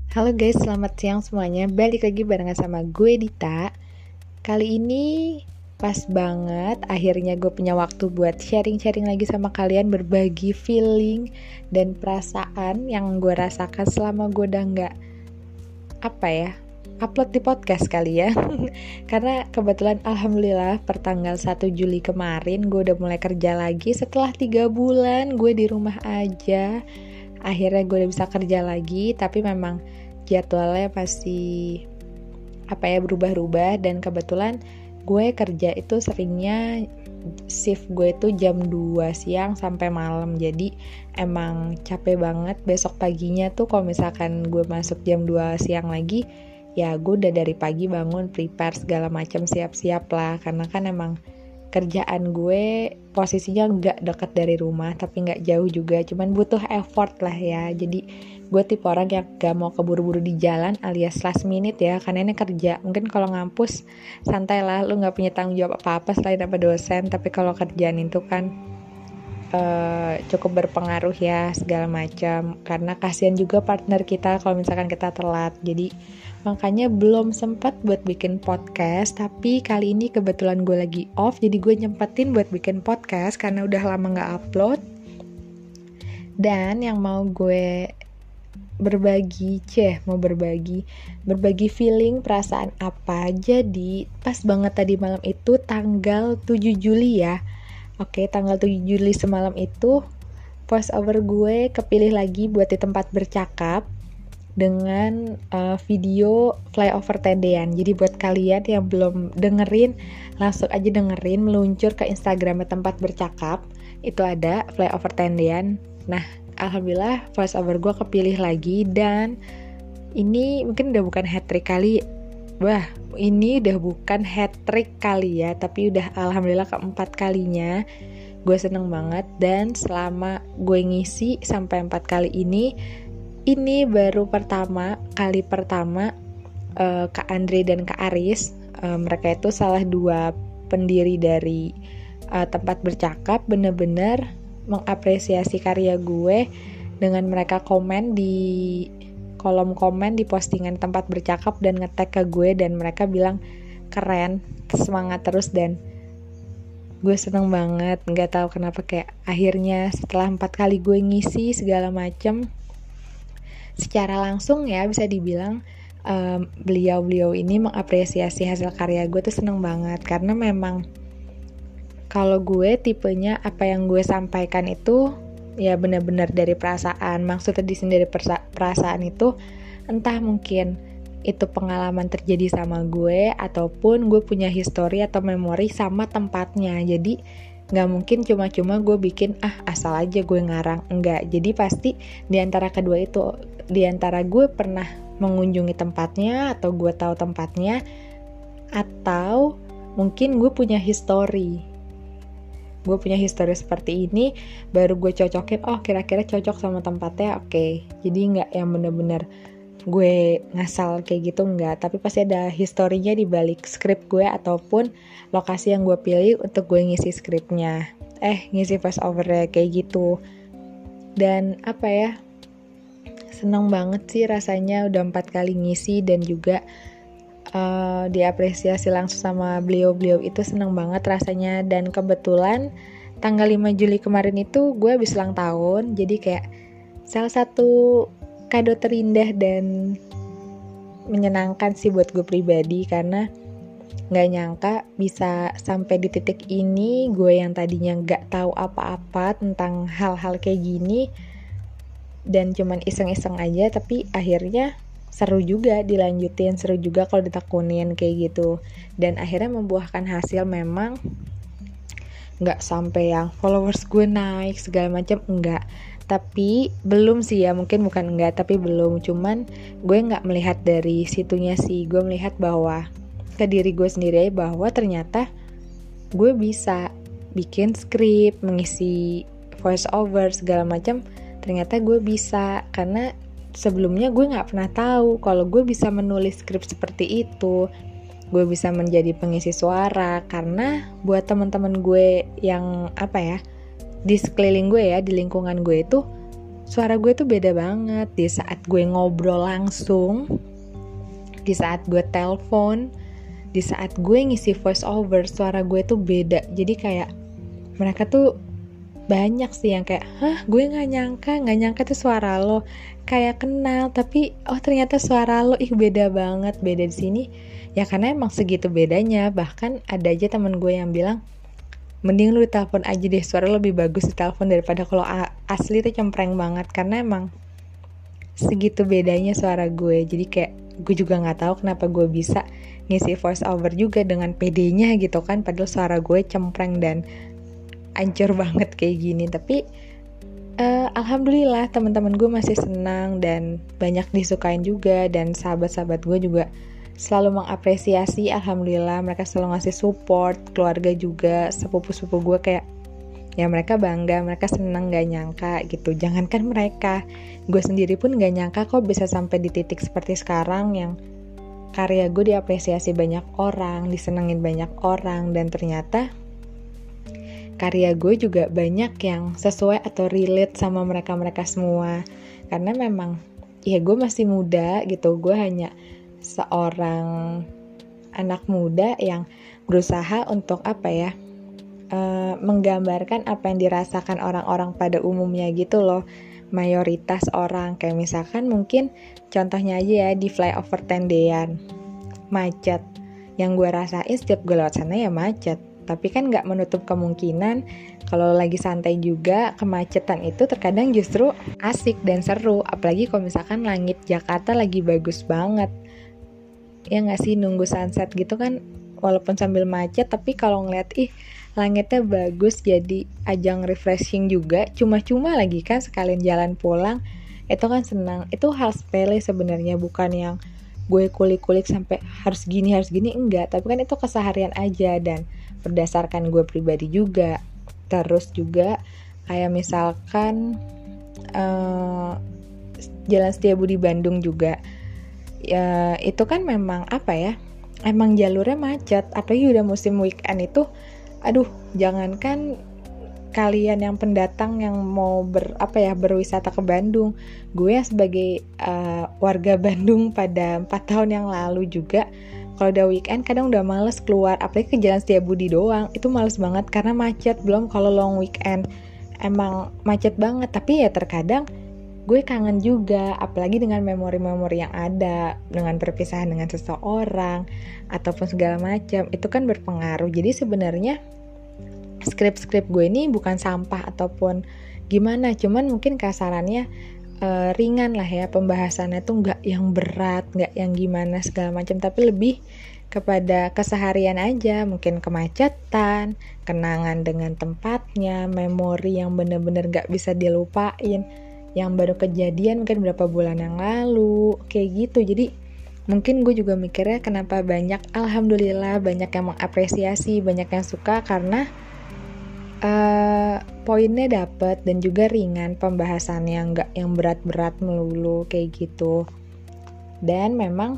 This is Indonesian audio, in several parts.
Halo guys, selamat siang semuanya. Balik lagi barengan sama gue Dita. Kali ini pas banget, akhirnya gue punya waktu buat sharing-sharing lagi sama kalian, berbagi feeling dan perasaan yang gue rasakan selama gue udah gak upload di podcast kali ya. Karena kebetulan alhamdulillah pertanggal 1 Juli kemarin gue udah mulai kerja lagi. Setelah 3 bulan gue di rumah aja, akhirnya gue udah bisa kerja lagi. Tapi memang jadwalnya masih berubah-ubah. Dan kebetulan gue kerja itu seringnya shift gue itu jam 2 siang sampai malam. Jadi emang capek banget. Besok paginya tuh kalau misalkan gue masuk jam 2 siang lagi, ya gue udah dari pagi bangun prepare segala macam, siap-siap lah. Karena kan emang kerjaan gue posisinya gak dekat dari rumah tapi gak jauh juga, cuman butuh effort lah ya. Jadi gue tipe orang yang gak mau keburu-buru di jalan alias last minute ya, karena ini kerja. Mungkin kalau ngampus santai lah, lu gak punya tanggung jawab apa-apa selain apa dosen. Tapi kalau kerjaan itu kan cukup berpengaruh ya segala macam, karena kasihan juga partner kita kalau misalkan kita telat. Jadi makanya belum sempat buat bikin podcast. Tapi kali ini kebetulan gue lagi off, jadi gue nyempetin buat bikin podcast karena udah lama gak upload. Dan yang mau gue berbagi feeling, perasaan apa. Jadi pas banget tadi malam itu tanggal 7 Juli ya. Oke, tanggal 7 Juli semalam itu voice over gue kepilih lagi buat di tempat bercakap dengan video flyover tendean. Jadi buat kalian yang belum dengerin, langsung aja dengerin, meluncur ke Instagramnya tempat bercakap. Itu ada flyover tendean. Nah, alhamdulillah voice over gue kepilih lagi. Dan ini mungkin udah bukan hat-trick kali. Ini udah bukan hat-trick kali ya, tapi udah alhamdulillah keempat kalinya. Gue seneng banget. Dan selama gue ngisi sampai 4 kali ini baru kali pertama Kak Andre dan Kak Aris, mereka itu salah 2 pendiri dari tempat bercakap, bener-bener mengapresiasi karya gue dengan mereka komen di kolom komen di postingan tempat bercakap dan nge-tag ke gue, dan mereka bilang keren, semangat terus. Dan gue seneng banget, nggak tahu kenapa kayak akhirnya setelah 4 kali gue ngisi segala macem secara langsung ya, bisa dibilang beliau ini mengapresiasi hasil karya gue tuh seneng banget. Karena memang kalau gue tipenya apa yang gue sampaikan itu ya benar-benar dari perasaan. Maksudnya di sini dari perasaan itu entah mungkin itu pengalaman terjadi sama gue ataupun gue punya histori atau memori sama tempatnya. Jadi gak mungkin cuma-cuma gue bikin asal aja gue ngarang, enggak. Jadi pasti di antara kedua itu, di antara gue pernah mengunjungi tempatnya atau gue tahu tempatnya, atau mungkin gue punya histori seperti ini, baru gue cocokin, kira-kira cocok sama tempatnya, oke. Jadi gak yang bener-bener gue ngasal kayak gitu, enggak. Tapi pasti ada historinya di balik skrip gue ataupun lokasi yang gue pilih untuk gue ngisi skripnya, ngisi voice overnya kayak gitu. Dan seneng banget sih rasanya udah 4 kali ngisi, dan juga diapresiasi langsung sama beliau itu, seneng banget rasanya. Dan kebetulan tanggal 5 Juli kemarin itu gue habis ulang tahun, jadi kayak salah satu kado terindah dan menyenangkan sih buat gue pribadi. Karena gak nyangka bisa sampai di titik ini, gue yang tadinya gak tahu apa-apa tentang hal-hal kayak gini dan cuman iseng-iseng aja, tapi akhirnya seru juga dilanjutin, seru juga kalau ditekunin kayak gitu. Dan akhirnya membuahkan hasil. Memang gak sampai yang followers gue naik segala macam, enggak. Tapi belum sih ya, mungkin bukan enggak, tapi belum. Cuman gue gak melihat dari situnya sih. Gue melihat bahwa ke diri gue sendiri bahwa ternyata gue bisa bikin skrip, mengisi voice over segala macam. Ternyata gue bisa, karena sebelumnya gue gak pernah tahu kalau gue bisa menulis skrip seperti itu. Gue bisa menjadi pengisi suara. Karena buat teman-teman gue yang di sekeliling gue ya, di lingkungan gue itu suara gue tuh beda banget di saat gue ngobrol langsung, di saat gue telepon, di saat gue ngisi voice over, suara gue tuh beda. Jadi kayak mereka tuh banyak sih yang kayak, gue nggak nyangka tuh suara lo, kayak kenal tapi ternyata suara lo beda banget, beda di sini. Ya karena emang segitu bedanya. Bahkan ada aja temen gue yang bilang, mending lu telepon aja deh, suara lo lebih bagus di telepon daripada kalau asli tuh cempreng banget. Karena emang segitu bedanya suara gue. Jadi kayak gue juga nggak tahu kenapa gue bisa ngisi voice over juga dengan pedenya gitu kan, padahal suara gue cempreng dan ancur banget kayak gini. Tapi alhamdulillah teman-teman gue masih senang dan banyak disukain juga, dan sahabat-sahabat gue juga selalu mengapresiasi. Alhamdulillah mereka selalu ngasih support, keluarga juga, sepupu-sepupu gue kayak ya mereka bangga, mereka senang, gak nyangka gitu. Jangankan mereka, gue sendiri pun gak nyangka kok bisa sampai di titik seperti sekarang yang karya gue diapresiasi banyak orang, disenengin banyak orang, dan ternyata karya gue juga banyak yang sesuai atau relate sama mereka-mereka semua. Karena memang ya gue masih muda gitu, gue hanya seorang anak muda yang berusaha untuk menggambarkan apa yang dirasakan orang-orang pada umumnya gitu loh. Mayoritas orang, kayak misalkan mungkin contohnya aja ya di flyover Tendean, macet. Yang gue rasain setiap gue lewat sana ya macet. Tapi kan gak menutup kemungkinan kalau lagi santai juga kemacetan itu terkadang justru asik dan seru. Apalagi kalau misalkan langit Jakarta lagi bagus banget. Ya gak sih, nunggu sunset gitu kan, walaupun sambil macet, tapi kalau ngeliat langitnya bagus, jadi ajang refreshing juga. Cuma-cuma lagi kan sekalian jalan pulang, itu kan senang. Itu hal sepele sebenarnya, bukan yang gue kulik-kulik sampai harus gini enggak, tapi kan itu keseharian aja dan berdasarkan gue pribadi juga. Terus juga kayak misalkan Jalan Setiabudi Bandung juga ya, itu kan memang emang jalurnya macet, apalagi udah musim weekend itu. Jangankan kalian yang pendatang yang mau berwisata ke Bandung, gue yang sebagai warga Bandung pada 4 tahun yang lalu juga, kalau udah weekend kadang udah males keluar, apalagi ke Jalan Setiabudi doang, itu males banget karena macet. Belum kalau long weekend emang macet banget. Tapi ya terkadang gue kangen juga, apalagi dengan memori-memori yang ada, dengan perpisahan dengan seseorang ataupun segala macam, itu kan berpengaruh. Jadi sebenarnya skrip gue ini bukan sampah ataupun gimana, cuman mungkin kasarannya ringan lah ya, pembahasannya tuh nggak yang berat, nggak yang gimana segala macam, tapi lebih kepada keseharian aja, mungkin kemacetan, kenangan dengan tempatnya, memori yang bener-bener nggak bisa dilupain, yang baru kejadian mungkin berapa bulan yang lalu, kayak gitu. Jadi mungkin gue juga mikirnya kenapa alhamdulillah banyak yang mengapresiasi, banyak yang suka, karena poinnya dapet dan juga ringan pembahasannya, nggak yang berat-berat melulu kayak gitu. Dan memang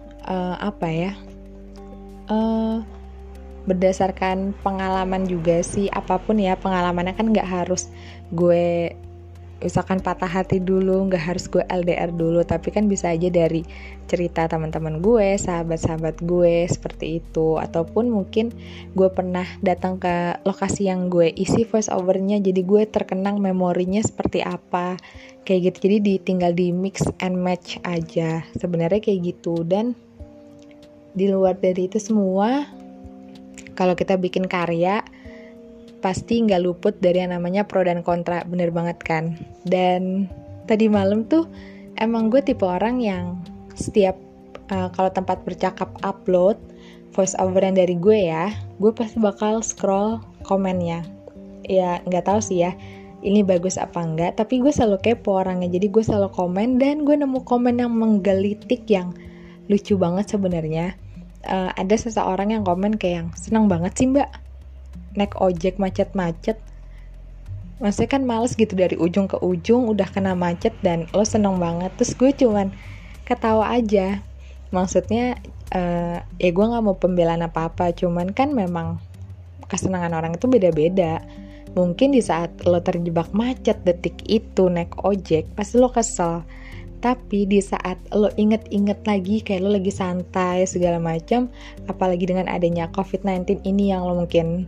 berdasarkan pengalaman juga sih, apapun ya pengalamannya kan nggak harus gue misalkan patah hati dulu, nggak harus gue LDR dulu, tapi kan bisa aja dari cerita teman-teman gue, sahabat-sahabat gue seperti itu, ataupun mungkin gue pernah datang ke lokasi yang gue isi voice overnya, jadi gue terkenang memorinya seperti apa, kayak gitu. Jadi tinggal di mix and match aja sebenarnya kayak gitu. Dan di luar dari itu semua, kalau kita bikin karya pasti nggak luput dari yang namanya pro dan kontra, bener banget kan. Dan tadi malam tuh emang gue tipe orang yang setiap kalau tempat bercakap upload voice over yang dari gue ya, gue pasti bakal scroll komennya. Ya nggak tahu sih ya ini bagus apa enggak, tapi gue selalu kepo orangnya, jadi gue selalu komen, dan gue nemu komen yang menggelitik yang lucu banget sebenarnya. Ada seseorang yang komen kayak yang senang banget sih mbak naik ojek macet-macet, maksudnya kan males gitu dari ujung ke ujung udah kena macet dan lo seneng banget. Terus gue cuman ketawa aja, maksudnya ya gue gak mau pembelaan apa-apa, cuman kan memang kesenangan orang itu beda-beda. Mungkin di saat lo terjebak macet detik itu naik ojek, pasti lo kesel. Tapi di saat lo inget-inget lagi kayak lo lagi santai segala macam, apalagi dengan adanya COVID-19 ini yang lo mungkin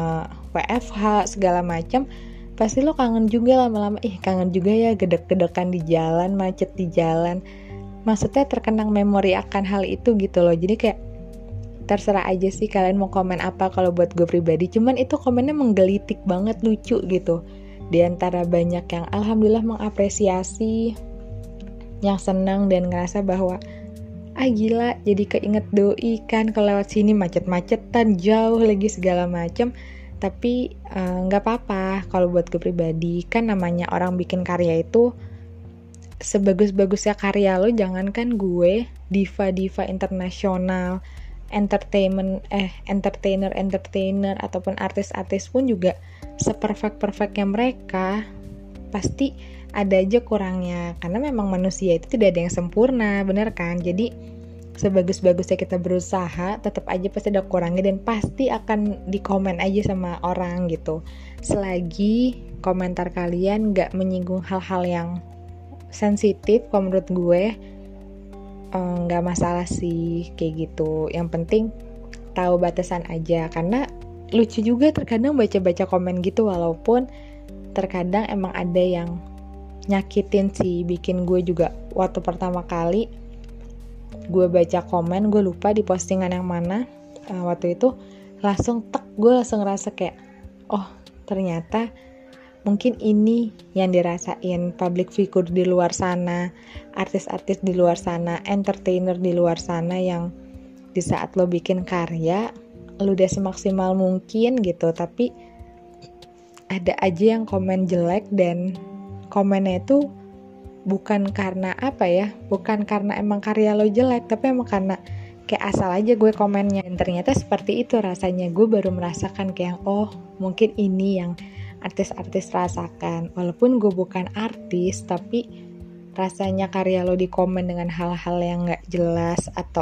WFH segala macam, pasti lo kangen juga lama-lama. Kangen juga ya gedek-gedekan di jalan, macet di jalan. Maksudnya terkenang memori akan hal itu gitu loh. Jadi kayak terserah aja sih kalian mau komen apa. Kalau buat gue pribadi, cuman itu komennya menggelitik banget, lucu gitu. Di antara banyak yang alhamdulillah mengapresiasi, yang senang dan ngerasa bahwa gila jadi keinget doi kan kalau lewat sini macet-macetan jauh lagi segala macam. Tapi nggak apa-apa. Kalau buat gue pribadi, kan namanya orang bikin karya itu, sebagus-bagusnya karya lo, jangankan gue, diva-diva internasional, entertainer ataupun artis-artis pun juga seperfect-perfectnya mereka, pasti ada aja kurangnya, karena memang manusia itu tidak ada yang sempurna, bener kan? Jadi sebagus-bagusnya kita berusaha, tetap aja pasti ada kurangnya dan pasti akan dikomen aja sama orang gitu. Selagi komentar kalian gak menyinggung hal-hal yang sensitif, kalau menurut gue nggak masalah sih kayak gitu. Yang penting tahu batasan aja, karena lucu juga terkadang baca-baca komen gitu, walaupun terkadang emang ada yang nyakitin sih. Bikin gue juga waktu pertama kali gue baca komen, gue lupa di postingan yang mana, waktu itu gue langsung ngerasa kayak ternyata mungkin ini yang dirasain public figure di luar sana, artis-artis di luar sana, entertainer di luar sana, yang di saat lo bikin karya, lo udah semaksimal mungkin gitu, tapi ada aja yang komen jelek, dan komennya itu bukan karena bukan karena emang karya lo jelek, tapi emang karena kayak asal aja gue komennya. Dan ternyata seperti itu rasanya. Gue baru merasakan kayak mungkin ini yang artis-artis rasakan. Walaupun gue bukan artis, tapi rasanya karya lo di komen dengan hal-hal yang gak jelas, atau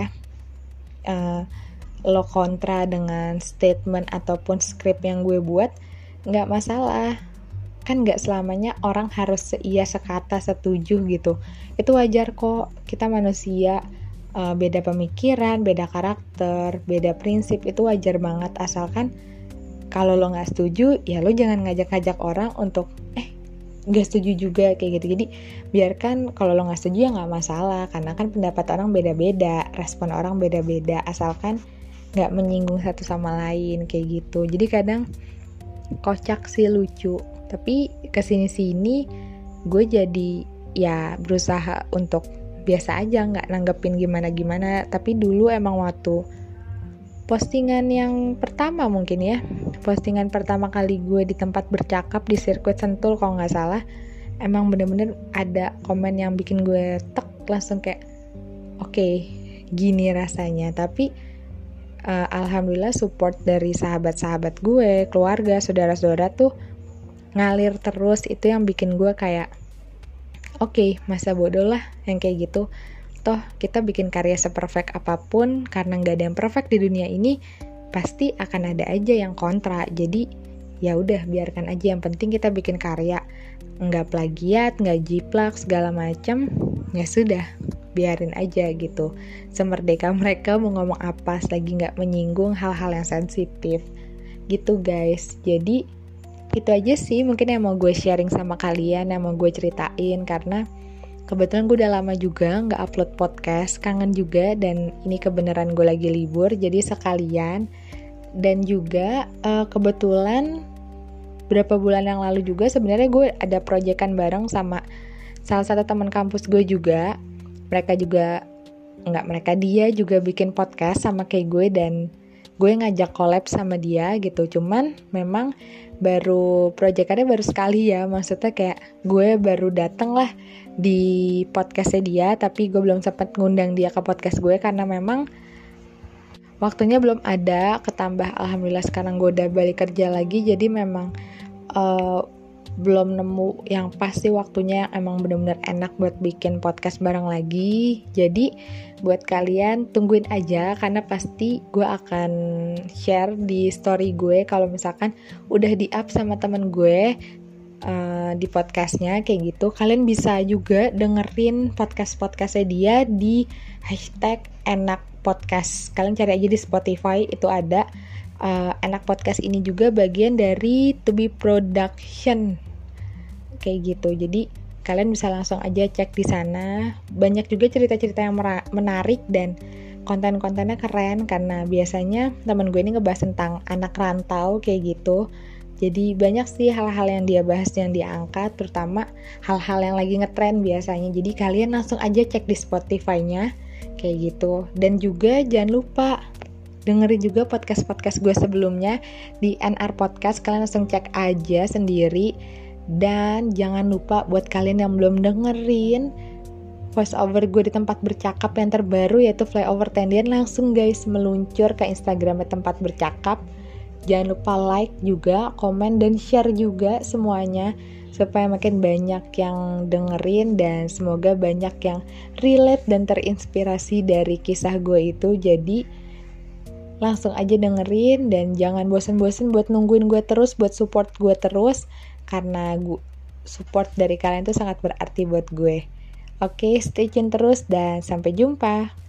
lo kontra dengan statement ataupun skrip yang gue buat, gak masalah. Kan gak selamanya orang harus seia, sekata, setuju gitu. Itu wajar kok, kita manusia, beda pemikiran, beda karakter, beda prinsip, itu wajar banget. Asalkan kalau lo gak setuju, ya lo jangan ngajak-ngajak orang untuk gak setuju juga kayak gitu. Jadi biarkan, kalau lo gak setuju ya gak masalah, karena kan pendapat orang beda-beda, respon orang beda-beda, asalkan gak menyinggung satu sama lain kayak gitu. Jadi kadang kocak sih, lucu. Tapi kesini-sini gue jadi ya berusaha untuk biasa aja, gak nanggepin gimana-gimana. Tapi dulu emang waktu postingan yang pertama mungkin ya, postingan pertama kali gue di tempat bercakap di sirkuit Sentul kalau gak salah, emang bener-bener ada komen yang bikin gue langsung kayak oke, gini rasanya. Tapi alhamdulillah support dari sahabat-sahabat gue, keluarga, saudara-saudara tuh ngalir terus. Itu yang bikin gue kayak oke, masa bodoh lah yang kayak gitu. Toh kita bikin karya seperfect apapun, karena gak ada yang perfect di dunia ini, pasti akan ada aja yang kontra. Jadi ya udah, biarkan aja, yang penting kita bikin karya, nggak plagiat, nggak jiplak segala macam. Ya sudah, biarin aja gitu. Semerdeka mereka mau ngomong apa, selagi nggak menyinggung hal-hal yang sensitif gitu guys. Jadi itu aja sih mungkin yang mau gue sharing sama kalian, yang mau gue ceritain, karena kebetulan gue udah lama juga nggak upload podcast, kangen juga, dan ini kebenaran gue lagi libur, jadi sekalian. Dan juga kebetulan beberapa bulan yang lalu juga sebenarnya gue ada proyekan bareng sama salah satu teman kampus gue juga. Dia juga bikin podcast sama kayak gue, dan gue ngajak collab sama dia gitu. Cuman memang proyekannya baru sekali ya, maksudnya kayak gue baru dateng lah di podcastnya dia, tapi gue belum sempat ngundang dia ke podcast gue karena memang waktunya belum ada. Ketambah alhamdulillah sekarang gue udah balik kerja lagi, jadi memang belum nemu yang pasti waktunya yang emang benar-benar enak buat bikin podcast bareng lagi. Jadi buat kalian tungguin aja, karena pasti gue akan share di story gue kalau misalkan udah di up sama temen gue di podcastnya kayak gitu. Kalian bisa juga dengerin podcast-podcastnya dia di #enakpodcast. Kalian cari aja di Spotify, itu ada. Enak Podcast ini juga bagian dari To Be Production kayak gitu. Jadi kalian bisa langsung aja cek di sana. Banyak juga cerita-cerita yang menarik dan konten-kontennya keren, karena biasanya teman gue ini ngebahas tentang anak rantau kayak gitu. Jadi banyak sih hal-hal yang dia bahas, yang dia angkat, terutama hal-hal yang lagi ngetren biasanya. Jadi kalian langsung aja cek di Spotify-nya kayak gitu. Dan juga jangan lupa dengerin juga podcast-podcast gue sebelumnya di NR Podcast. Kalian langsung cek aja sendiri. Dan jangan lupa buat kalian yang belum dengerin voice over gue di Tempat Bercakap yang terbaru, yaitu Flyover Tendian, langsung guys meluncur ke Instagramnya Tempat Bercakap. Jangan lupa like juga, komen, dan share juga semuanya, supaya makin banyak yang dengerin dan semoga banyak yang relate dan terinspirasi dari kisah gue itu. Jadi langsung aja dengerin dan jangan bosen-bosen buat nungguin gue terus, buat support gue terus, karena support dari kalian itu sangat berarti buat gue. Oke, stay tune terus dan sampai jumpa.